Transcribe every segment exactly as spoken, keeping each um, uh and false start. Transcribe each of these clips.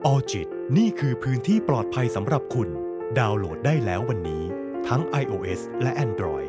ออจิตนี่คือพื้นที่ปลอดภัยสำหรับคุณดาวน์โหลดได้แล้ววันนี้ทั้ง iOS และ Android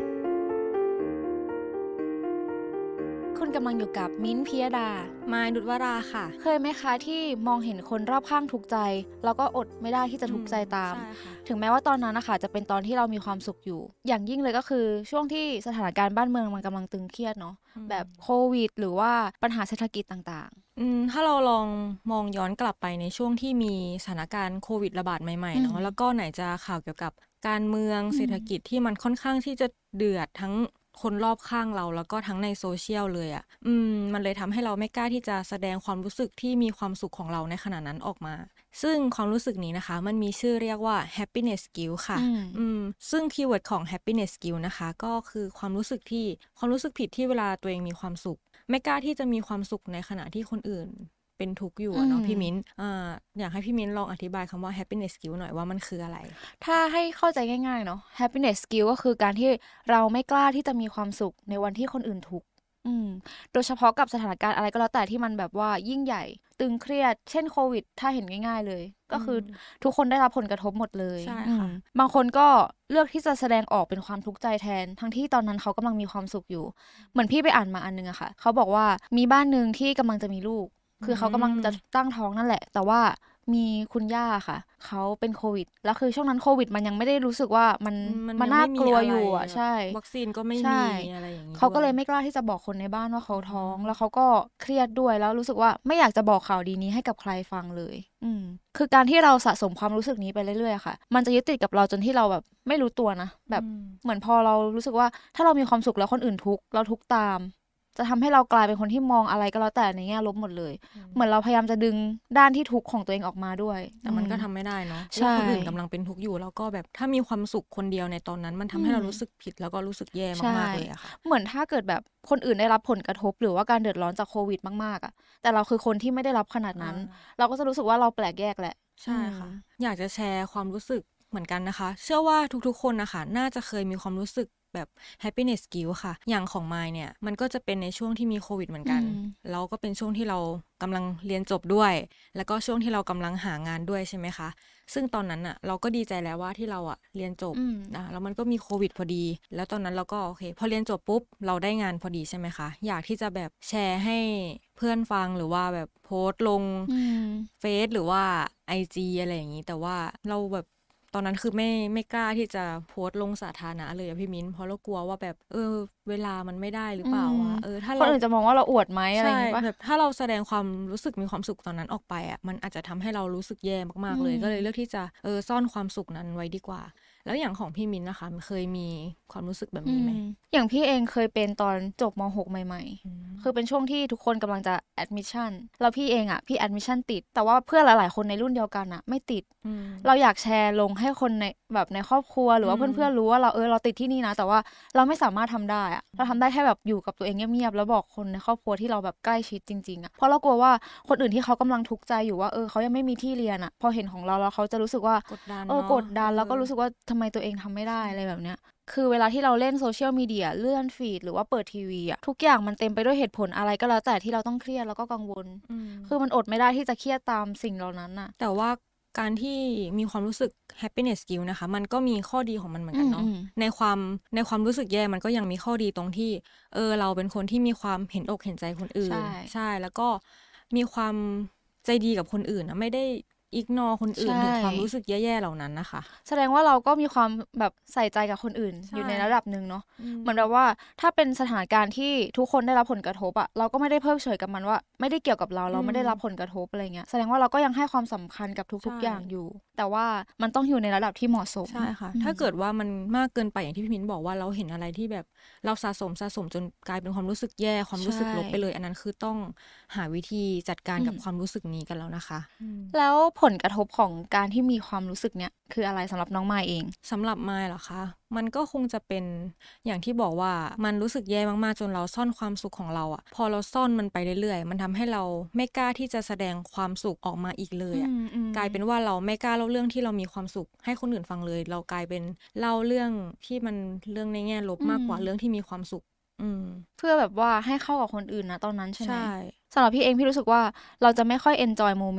คุณกำลังอยู่กับมิ้นท์ พิยดามาย นุชวราค่ะเคยไหมคะที่มองเห็นคนรอบข้างทุกข์ใจแล้วก็อดไม่ได้ที่จะทุกข์ใจตามถึงแม้ว่าตอนนั้นนะคะจะเป็นตอนที่เรามีความสุขอยู่อย่างยิ่งเลยก็คือช่วงที่สถานการณ์บ้านเมืองมันกำลังตึงเครียดเนาะแบบโควิดหรือว่าปัญหาเศรษฐกิจต่างๆอืมถ้าเราลองมองย้อนกลับไปในช่วงที่มีสถานการณ์โควิดระบาดใหม่ๆเนาะแล้วก็ไหนจะข่าวเกี่ยวกับการเมืองเศรษฐกิจที่มันค่อนข้างที่จะเดือดทั้งคนรอบข้างเราแล้วก็ทั้งในโซเชียลเลยอ่ะอืมมันเลยทำให้เราไม่กล้าที่จะแสดงความรู้สึกที่มีความสุขของเราในขณะนั้นออกมาซึ่งความรู้สึกนี้นะคะมันมีชื่อเรียกว่า happiness skill ค่ะอืมซึ่งคีย์เวิร์ดของ happiness skill นะคะก็คือความรู้สึกที่ความรู้สึกผิดที่เวลาตัวเองมีความสุขไม่กล้าที่จะมีความสุขในขณะที่คนอื่นเป็นทุกข์อยู่เนาะพี่มิ้นอ่าอยากให้พี่มิ้นลองอธิบายคำว่า happiness skill หน่อยว่ามันคืออะไรถ้าให้เข้าใจง่ายๆเนาะ happiness skill ก็คือการที่เราไม่กล้าที่จะมีความสุขในวันที่คนอื่นทุกข์โดยเฉพาะกับสถานการณ์อะไรก็แล้วแต่ที่มันแบบว่ายิ่งใหญ่ตึงเครียดเช่นโควิดถ้าเห็นง่ายๆเลยก็คือทุกคนได้รับผลกระทบหมดเลยใช่ค่ะบางคนก็เลือกที่จะแสดงออกเป็นความทุกข์ใจแทนทั้งที่ตอนนั้นเขากำลังมีความสุขอยู่เหมือนพี่ไปอ่านมาอันนึงอะค่ะเขาบอกว่ามีบ้านนึงที่กำลังจะมีลูกคือเขากำลังจะตั้งท้องนั่นแหละแต่ว่ามีคุณย่าค่ะเขาเป็นโควิดแล้วคือช่วงนั้นโควิดมันยังไม่ได้รู้สึกว่ามันมันน่ากลัวอยู่อ่ะใช่วัคซีนก็ไม่มีอะไรอย่างนี้เขาก็เลยไม่กล้าที่จะบอกคนในบ้านว่าเขาท้องแล้วเขาก็เครียดด้วยแล้วรู้สึกว่าไม่อยากจะบอกข่าวดีนี้ให้กับใครฟังเลยอืมคือการที่เราสะสมความรู้สึกนี้ไปเรื่อยๆค่ะมันจะยึดติดกับเราจนที่เราแบบไม่รู้ตัวนะแบบเหมือนพอเรารู้สึกว่าถ้าเรามีความสุขแล้วคนอื่นทุกข์เราทุกข์ตามจะทำให้เรากลายเป็นคนที่มองอะไรก็แล้วแต่ในแง่ลบหมดเลยเหมือนเราพยายามจะดึงด้านที่ทุกข์ของตัวเองออกมาด้วยแต่มันก็ทำไม่ได้เนาะว่าคนอื่นกำลังเป็นทุกข์อยู่แล้วก็แบบถ้ามีความสุขคนเดียวในตอนนั้นมันทำให้เรารู้สึกผิดแล้วก็รู้สึกแย่มากๆเลยอะค่ะเหมือนถ้าเกิดแบบคนอื่นได้รับผลกระทบหรือว่าการเดือดร้อนจากโควิดมากๆอะแต่เราคือคนที่ไม่ได้รับขนาดนั้นเราก็จะรู้สึกว่าเราแปลกแยกแหละใช่ค่ะอยากจะแชร์ความรู้สึกเหมือนกันนะคะเชื่อว่าทุกๆคนนะคะน่าจะเคยมีความรู้สึกแบบ happiness skill ค่ะอย่างของมายเนี่ยมันก็จะเป็นในช่วงที่มีโควิดเหมือนกันแล้วก็เป็นช่วงที่เรากำลังเรียนจบด้วยแล้วก็ช่วงที่เรากำลังหางานด้วยใช่ไหมคะซึ่งตอนนั้นอ่ะเราก็ดีใจแล้วว่าที่เราอ่ะเรียนจบนะแล้วมันก็มีโควิดพอดีแล้วตอนนั้นเราก็โอเคพอเรียนจบปุ๊บเราได้งานพอดีใช่ไหมคะอยากที่จะแบบแชร์ให้เพื่อนฟังหรือว่าแบบโพสต์ลงเฟซหรือว่า ไอ จี อะไรอย่างนี้แต่ว่าเราแบบตอนนั้นคือไม่ไม่กล้าที่จะโพสต์ลงสาธารณะเลยอะพี่มิ้นเพราะเรากลัวว่าแบบเออเวลามันไม่ได้หรือเปล่าวะเออถ้าคนอื่นจะมองว่าเราอวดไหมอะไรอย่างงี้ป่ะแบบถ้าเราแสดงความรู้สึกมีความสุขตอนนั้นออกไปอะมันอาจจะทำให้เรารู้สึกแย่มากๆเลยก็เลยเลือกที่จะเออซ่อนความสุขนั้นไว้ดีกว่าแล้วอย่างของพี่มิ้นนะคะเคยมีความรู้สึกแบบนี้ไหมอย่างพี่เองเคยเป็นตอนจบม.หก ใหม่ๆคือเป็นช่วงที่ทุกคนกำลังจะ admission แล้วพี่เองอ่ะพี่ admission ติดแต่ว่าเพื่อนหลายๆคนในรุ่นเดียวกันอ่ะไม่ติดเราอยากแชร์ลงให้คนในแบบในครอบครัวหรือว่าเพื่อนๆรู้ว่าเราเออเราติดที่นี่นะแต่ว่าเราไม่สามารถทำได้อ่ะเราทำได้แค่แบบอยู่กับตัวเองเงียบๆแล้วบอกคนในครอบครัวที่เราแบบใกล้ชิดจริงๆอ่ะเพราะเรากลัวว่าคนอื่นที่เขากำลังทุกข์ใจอยู่ว่าเออเขายังไม่มีที่เรียนอ่ะพอเห็นของเราแล้วเขาจะรู้สึกว่ากดดันเออกดดันแล้วก็รู้สึกว่าทำไมตัวเองทำไม่ได้อะไรแบบเนี้ยคือเวลาที่เราเล่นโซเชียลมีเดียเลื่อนฟีดหรือว่าเปิดทีวีอะทุกอย่างมันเต็มไปด้วยเหตุผลอะไรก็แล้วแต่ที่เราต้องเครียดแล้วก็กังวลคือมันอดไม่ได้ที่จะเครียดตามสิ่งเหล่านั้นน่ะแต่ว่าการที่มีความรู้สึก happiness skill นะคะมันก็มีข้อดีของมันเหมือนกันเนาะในความในความรู้สึกแย่มันก็ยังมีข้อดีตรงที่เออเราเป็นคนที่มีความเห็นอกเห็นใจคนอื่น ใช่ใช่แล้วก็มีความใจดีกับคนอื่นนะไม่ได้อิกนอคนอื่นถึงความรู้สึกแย่ๆเหล่านั้นนะคะแสดงว่าเราก็มีความแบบใส่ใจกับคนอื่นอยู่ในระดับนึงเนาะเหมือนแบบว่าถ้าเป็นสถานการณ์ที่ทุกคนได้รับผลกระทบอะเราก็ไม่ได้เพิกเฉยกับมันว่าไม่ได้เกี่ยวกับเราเราไม่ได้รับผลกระทบอะไรเงี้ยแสดงว่าเราก็ยังให้ความสำคัญกับทุกๆอย่างอยู่แต่ว่ามันต้องอยู่ในระดับที่เหมาะสมใช่ค่ะถ้าเกิดว่ามันมากเกินไปอย่างที่พี่มิ้นบอกว่าเราเห็นอะไรที่แบบเราสะสมสะสมจนกลายเป็นความรู้สึกแย่ความรู้สึกลบไปเลยอันนั้นคือต้องหาวิธีจัดการกับความรู้สึกนี้กันแล้วนะคะแล้วผลกระทบของการที่มีความรู้สึกเนี้ยคืออะไรสำหรับน้องมายเองสำหรับมายเหรอคะมันก็คงจะเป็นอย่างที่บอกว่ามันรู้สึกแย่มากๆจนเราซ่อนความสุขของเราอ่ะพอเราซ่อนมันไปเรื่อยๆมันทำให้เราไม่กล้าที่จะแสดงความสุขออกมาอีกเลยอ่ะกลายเป็นว่าเราไม่กล้าเล่าเรื่องที่เรามีความสุขให้คนอื่นฟังเลยเรากลายเป็นเล่าเรื่องที่มันเรื่องในแง่ลบมากกว่าเรื่องที่มีความสุขเพื่อแบบว่าให้เข้ากับคนอื่นนะตอนนั้นใช่ไหมใช่สำหรับพี่เองพี่รู้สึกว่าเราจะไม่ค่อย enjoy moment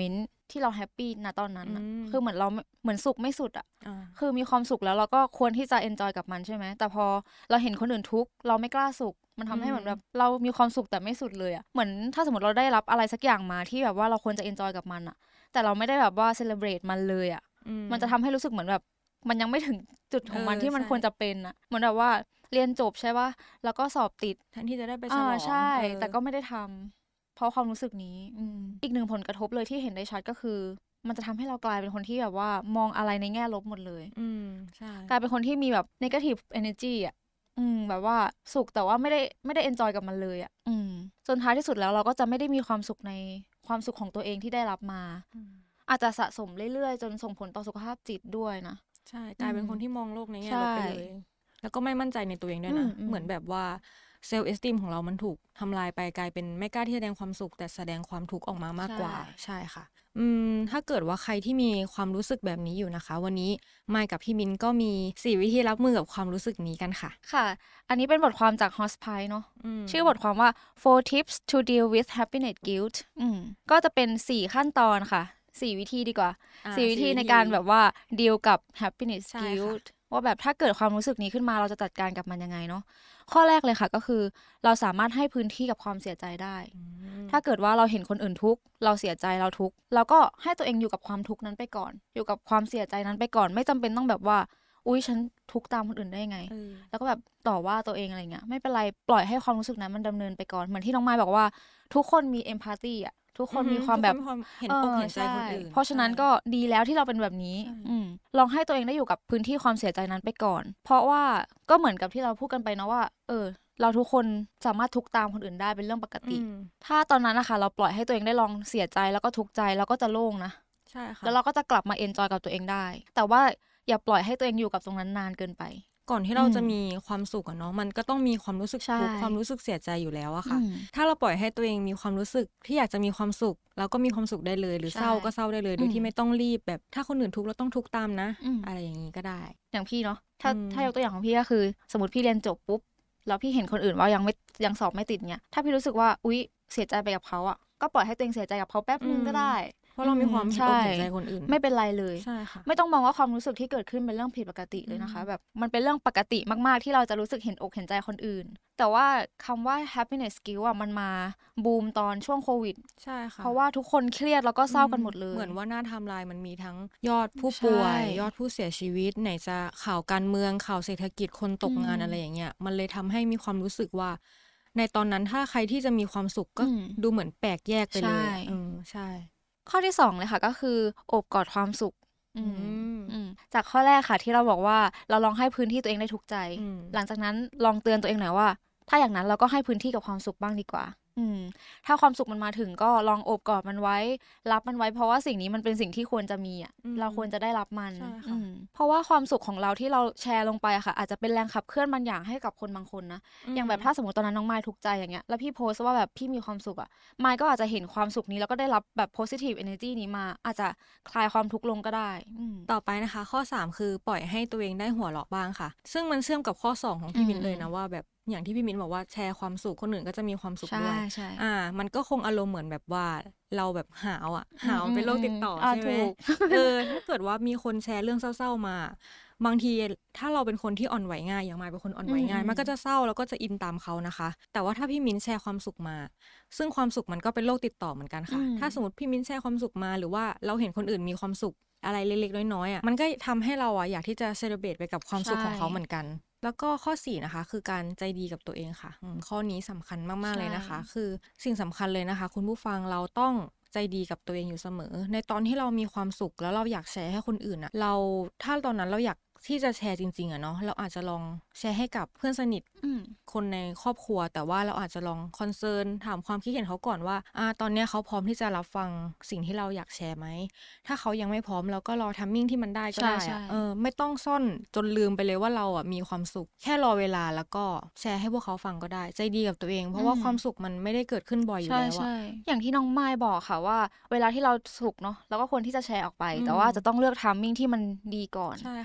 ที่เราแฮปปี้ณตอนนั้นคือเหมือนเราเหมือนสุขไม่สุดอ่ะคือมีความสุขแล้วเราก็ควรที่จะเอนจอยกับมันใช่ไหมแต่พอเราเห็นคนอื่นทุกข์เราไม่กล้าสุขมันทำให้เหมือนแบบเรามีความสุขแต่ไม่สุดเลยอ่ะเหมือนถ้าสมมติเราได้รับอะไรสักอย่างมาที่แบบว่าเราควรจะเอนจอยกับมันอ่ะแต่เราไม่ได้แบบว่าเซเลบรตมันเลยอ่ะมันจะทำให้รู้สึกเหมือนแบบมันยังไม่ถึงจุดของมันที่มันควรจะเป็นอ่ะเหมือนแบบว่าเรียนจบใช่ป่ะแล้วก็สอบติดแทนที่จะได้ไปฉลองใช่แต่ก็ไม่ได้ทำเพราะความรู้สึกนี้อีกหนึ่งผลกระทบเลยที่เห็นได้ชัดก็คือมันจะทำให้เรากลายเป็นคนที่แบบว่ามองอะไรในแง่ลบหมดเลยอืมใช่กลายเป็นคนที่มีแบบ negative energy อ่ะอืมแบบว่าสุขแต่ว่าไม่ได้ไม่ได้ enjoy กับมันเลยอ่ะอืมจนท้ายที่สุดแล้วเราก็จะไม่ได้มีความสุขในความสุขของตัวเองที่ได้รับมาอาจจะสะสมเรื่อยๆจนส่งผลต่อสุขภาพจิตด้วยนะใช่กลายเป็นคนที่มองโลกในแง่ลบไปเลยแล้วก็ไม่มั่นใจในตัวเองด้วยนะเหมือนแบบว่าเซลฟ์เอสติมของเรามันถูกทำลายไปกลายเป็นไม่กล้าที่จะแสดงความสุขแต่แสดงความทุกข์ออกมามากกว่าใช่ค่ะอืมถ้าเกิดว่าใครที่มีความรู้สึกแบบนี้อยู่นะคะวันนี้มายกับพี่มินก็มีสี่วิธีรับมือกับความรู้สึกนี้กันค่ะค่ะอันนี้เป็นบทความจาก Hospice เนาะชื่อบทความว่า four tips to deal with happiness guilt อืมก็จะเป็นสี่ขั้นตอนค่ะสี่วิธีดีกว่าสี่วิธีในการแบบว่า deal กับ happiness guiltว่าแบบถ้าเกิดความรู้สึกนี้ขึ้นมาเราจะจัดการกับมันยังไงเนาะข้อแรกเลยค่ะก็คือเราสามารถให้พื้นที่กับความเสียใจได้ถ้าเกิดว่าเราเห็นคนอื่นทุกข์เราเสียใจเราทุกข์เราก็ให้ตัวเองอยู่กับความทุกข์นั้นไปก่อนอยู่กับความเสียใจนั้นไปก่อนไม่จำเป็นต้องแบบว่าอุ๊ยฉันทุกข์ตามคนอื่นได้ยังไงแล้วก็แบบต่อว่าตัวเองอะไรเงี้ยไม่เป็นไรปล่อยให้ความรู้สึกนั้นมันดำเนินไปก่อนเหมือนที่น้องไม้บอกว่าทุกคนมีเอมพาธีอ่ะทุกคนมีความแบบเห็นอกเห็นใจคนอื่นเพราะฉะนั้นก็ดีแล้วที่เราเป็นแบบนี้ลองให้ตัวเองได้อยู่กับพื้นที่ความเสียใจนั้นไปก่อนเพราะว่าก็เหมือนกับที่เราพูดกันไปเนาะว่าเออเราทุกคนสามารถทุกข์ตามคนอื่นได้เป็นเรื่องปกติถ้าตอนนั้นนะคะเราปล่อยให้ตัวเองได้ลองเสียใจแล้วก็ทุกข์ใจแล้วก็จะโล่งนะใช่ค่ะแล้วเราก็จะกลับมาเอนจอยกับตัวเองได้แต่ว่าอย่าปล่อยให้ตัวเองอยู่กับตรงนั้นนานเกินไปก่อนที่เราจะมีความสุขอะเนาะมันก็ต้องมีความรู้สึกทุกข์ความรู้สึกเสียใจอยู่แล้วอะค่ะถ้าเราปล่อยให้ตัวเองมีความรู้สึกที่อยากจะมีความสุขเราก็มีความสุขได้เลยหรือเศร้าก็เศร้าได้เลยโดยที่ไม่ต้องรีบแบบถ้าคนอื่นทุกข์เราต้องทุกข์ตามนะอะไรอย่างนี้ก็ได้อย่างพี่เนาะถ้าถ้ายกตัวอย่างของพี่ก็คือสมมติพี่เรียนจบปุ๊บแล้วพี่เห็นคนอื่นว่ายังไม่ยังสอบไม่ติดเนี่ยถ้าพี่รู้สึกว่าอุ๊ยเสียใจไปกับเขาอะก็ปล่อยให้ตัวเองเสียใจกับเขาแป๊บนึงก็ได้เพราะเรามีความเห็นอกเห็นใจคนอื่นไม่เป็นไรเลยใช่ค่ะไม่ต้องมองว่าความรู้สึกที่เกิดขึ้นเป็นเรื่องผิดปกติเลยนะคะแบบมันเป็นเรื่องปกติมากๆที่เราจะรู้สึกเห็นอกเห็นใจคนอื่นแต่ว่าคำว่า happiness guilt อ่ะมันมาบูมตอนช่วงโควิดใช่ค่ะเพราะว่าทุกคนเครียดแล้วก็เศร้ากันหมดเลยเหมือนว่าหน้าไทม์ไลน์มันมีทั้งยอดผู้ป่วยยอดผู้เสียชีวิตไหนจะข่าวการเมืองข่าวเศรษฐกิจคนตกงานอะไรอย่างเงี้ยมันเลยทำให้มีความรู้สึกว่าในตอนนั้นถ้าใครที่จะมีความสุขก็ดูเหมือนแปลกแยกไปเลยอืมใช่ข้อที่สองเลยค่ะก็คือโอบกอดความสุขจากข้อแรกค่ะที่เราบอกว่าเราลองให้พื้นที่ตัวเองได้ทุกข์ใจหลังจากนั้นลองเตือนตัวเองหน่อยว่าถ้าอย่างนั้นเราก็ให้พื้นที่กับความสุขบ้างดีกว่าถ้าความสุขมันมาถึงก็ลองโอบกอดมันไว้รับมันไว้เพราะว่าสิ่งนี้มันเป็นสิ่งที่ควรจะมีอ่ะเราควรจะได้รับมันเพราะว่าความสุขของเราที่เราแชร์ลงไปอะค่ะอาจจะเป็นแรงขับเคลื่อนบางอย่างให้กับคนบางคนนะอย่างแบบถ้าสมมติตอนนั้นน้องไมค์ทุกข์ใจอย่างเงี้ยแล้วพี่โพสต์ว่าแบบพี่มีความสุขอะไมค์ก็อาจจะเห็นความสุขนี้แล้วก็ได้รับแบบ positive energy นี้มาอาจจะคลายความทุกข์ลงก็ได้ต่อไปนะคะข้อสามคือปล่อยให้ตัวเองได้หัวเราะบ้างค่ะซึ่งมันเชื่อมกับข้อสองของพี่มินเลยนะว่าแบบอย่างที่พี่มิ้นบอกว่าแชร์ความสุขคนอื่นก็จะมีความสุขด้วยใช่อ่ามันก็คงอารมณ์เหมือนแบบว่าเราแบบหาวอ่ะหาวเป็นโรคติดต่อใช่ไหมเออถ้าเกิดว่ามีคนแชร์เรื่องเศร้าๆมาบางทีถ้าเราเป็นคนที่อ่อนไหวง่ายอย่างมายเป็นคนอ่อนไหวง่ายมันก็จะเศร้าแล้วก็จะอินตามเขานะคะแต่ว่าถ้าพี่มิ้นแชร์ความสุขมาซึ่งความสุขมันก็เป็นโรคติดต่อเหมือนกันค่ะถ้าสมมติพี่มิ้นแชร์ความสุขมาหรือว่าเราเห็นคนอื่นมีความสุขอะไรเล็กๆน้อยๆอ่ะมันก็ทำให้เราอ่ะอยากที่จะเซเลบเรตไปกับความสุขของเขาเหมือนกันแล้วก็ข้อสี่นะคะคือการใจดีกับตัวเองค่ะข้อนี้สำคัญมากๆเลยนะคะคือสิ่งสำคัญเลยนะคะคุณผู้ฟังเราต้องใจดีกับตัวเองอยู่เสมอในตอนที่เรามีความสุขแล้วเราอยากแชร์ให้คนอื่นอ่ะเราถ้าตอนนั้นเราอยากที่จะแชร์จริงๆอะเนาะเราอาจจะลองแชร์ให้กับเพื่อนสนิทคนในครอบครัวแต่ว่าเราอาจจะลองคอนเซิร์นถามความคิดเห็นเขาก่อนว่าอ่าตอนนี้เขาพร้อมที่จะรับฟังสิ่งที่เราอยากแชร์ไหมถ้าเขายังไม่พร้อมเราก็รอทัมมิ่งที่มันได้ก็ได้อะเออไม่ต้องซ่อนจนลืมไปเลยว่าเราอ่ะมีความสุขแค่รอเวลาแล้วก็แชร์ให้พวกเขาฟังก็ได้ใจดีกับตัวเองเพราะว่าความสุขมันไม่ได้เกิดขึ้นบ่อยอยู่แล้วอะอย่างที่น้องไมค์บอกค่ะว่าเวลาที่เราสุขเนาะเราก็ควรที่จะแชร์ออกไปแต่ว่าจะต้องเลือกทัมมิ่งที่มันดีก่อนใช่ค่ะแบบ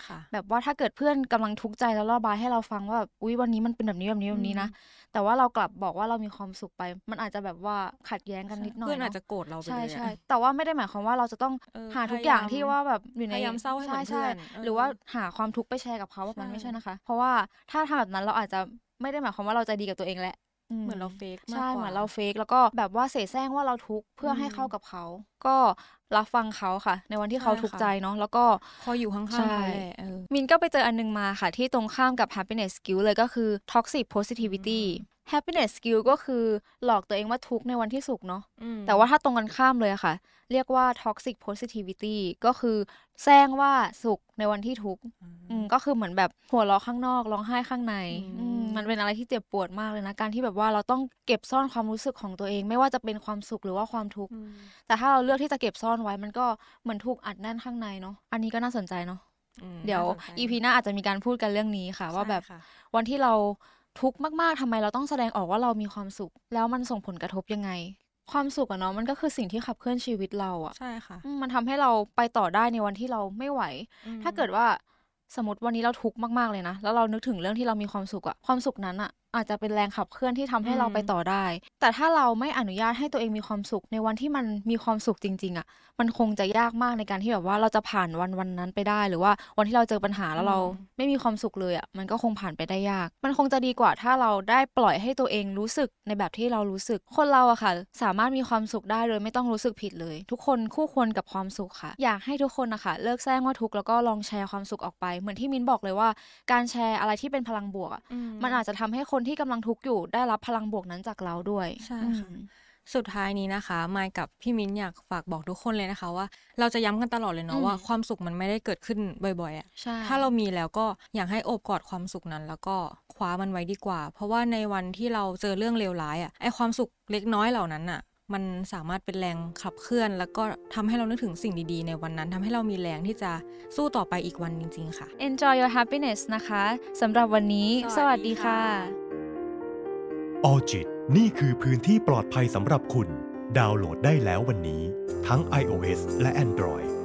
แบบว่าถ้าเกิดเพื่อนกำลังทุกข์ใจแล้วระบายให้เราฟังว่าแบบอุ๊ยวันนี้มันเป็นแบบนี้แบบนี้แบบนี้นะแต่ว่าเรากลับบอกว่าเรามีความสุขไปมันอาจจะแบบว่าขัดแย้งกันนิดหน่อยเพื่อนอาจจะโกรธเราไปเลยใช่ๆแต่ว่าไม่ได้หมายความว่าเราจะต้องหาทุกอย่างที่ว่าแบบอยู่ในพยายามเศร้าให้เหมือนเพื่อนหรือว่าหาความทุกข์ไปแชร์กับเขาว่ามันไม่ใช่นะคะเพราะว่าถ้าทำแบบนั้นเราอาจจะไม่ได้หมายความว่าเราใจดีกับตัวเองแหละเหมือนเราเฟกมากกว่าใช่เหมือนเราเฟกแล้วก็แบบว่าเสแสร้งว่าเราทุกข์เพื่อให้เข้ากับเขาก็รับฟังเขาค่ะในวันที่เขาทุกข์ใจเนาะแล้วก็คอยอยู่ข้างๆเขาแหละมินก็ไปเจออันนึงมาค่ะที่ตรงข้ามกับ happiness skill เลยก็คือ toxic positivity happiness skill ก็คือหลอกตัวเองว่าทุกข์ในวันที่สุขเนาะแต่ว่าถ้าตรงกันข้ามเลยค่ะเรียกว่า toxic positivity ก็คือแซงว่าสุขในวันที่ทุกข์ก็คือเหมือนแบบหัวเราะข้างนอกร้องไห้ข้างในมันเป็นอะไรที่เจ็บปวดมากเลยนะการที่แบบว่าเราต้องเก็บซ่อนความรู้สึกของตัวเองไม่ว่าจะเป็นความสุขหรือว่าความทุกข์แต่ถ้าเราเลือกที่จะเก็บซ่อนไว้มันก็เหมือนถูกอัดแน่นข้างในเนาะอันนี้ก็น่าสนใจเนาะเดี๋ยว อี พี หน้าอาจจะมีการพูดกันเรื่องนี้ค่ะว่าแบบวันที่เราทุกข์มากๆทำไมเราต้องแสดงออกว่าเรามีความสุขแล้วมันส่งผลกระทบยังไงความสุขอะเนาะมันก็คือสิ่งที่ขับเคลื่อนชีวิตเราอะใช่ค่ะมันทำให้เราไปต่อได้ในวันที่เราไม่ไหวถ้าเกิดว่าสมมติวันนี้เราทุกข์มากๆเลยนะแล้วเรานึกถึงเรื่องที่เรามีความสุขอะความสุขนั้นอะอาจจะเป็นแรงขับเคลื่อนที่ทำให้เราไปต่อได้แต่ถ้าเราไม่อนุญาตให้ตัวเองมีความสุขในวันที่มันมีความสุขจริงๆอะมันคงจะยากมากในการที่แบบว่าเราจะผ่านวันวันนั้นไปได้หรือว่าวันที่เราเจอปัญหาแล้วเราไม่มีความสุขเลยอะมันก็คงผ่านไปได้ยากมันคงจะดีกว่าถ้าเราได้ปล่อยให้ตัวเองรู้สึกในแบบที่เรารู้สึกคนเราอะค่ะสามารถมีความสุขได้โดยไม่ต้องรู้สึกผิดเลยทุกคนคู่ควรกับความสุขค่ะอยากให้ทุกคนนะคะเลิกแซงว่าทุกข์แล้วก็ลองแชร์ความสุขออกไปเหมือนที่มิ้นบอกเลยว่าการแชร์อะไรที่เป็นพลังบวกอะมันอาจจะทำให้คนที่กำลังทุกข์อยู่ได้รับพลังบวกนั้นจากเราด้วยใช่ค่ะสุดท้ายนี้นะคะมายกับพี่มิ้นอยากฝากบอกทุกคนเลยนะคะว่าเราจะย้ำกันตลอดเลยเนาะว่าความสุขมันไม่ได้เกิดขึ้นบ่อยๆอ่ะถ้าเรามีแล้วก็อยากให้โอบกอดความสุขนั้นแล้วก็คว้ามันไว้ดีกว่าเพราะว่าในวันที่เราเจอเรื่องเลวร้ายอ่ะไอความสุขเล็กน้อยเหล่านั้นอ่ะมันสามารถเป็นแรงขับเคลื่อนแล้วก็ทำให้เรานึกถึงสิ่งดีๆในวันนั้นทำให้เรามีแรงที่จะสู้ต่อไปอีกวันจริงๆค่ะ Enjoy your happiness นะคะสำหรับวันนี้สวัสดีค่ะออจิตนี่คือพื้นที่ปลอดภัยสำหรับคุณดาวน์โหลดได้แล้ววันนี้ทั้ง iOS และ Android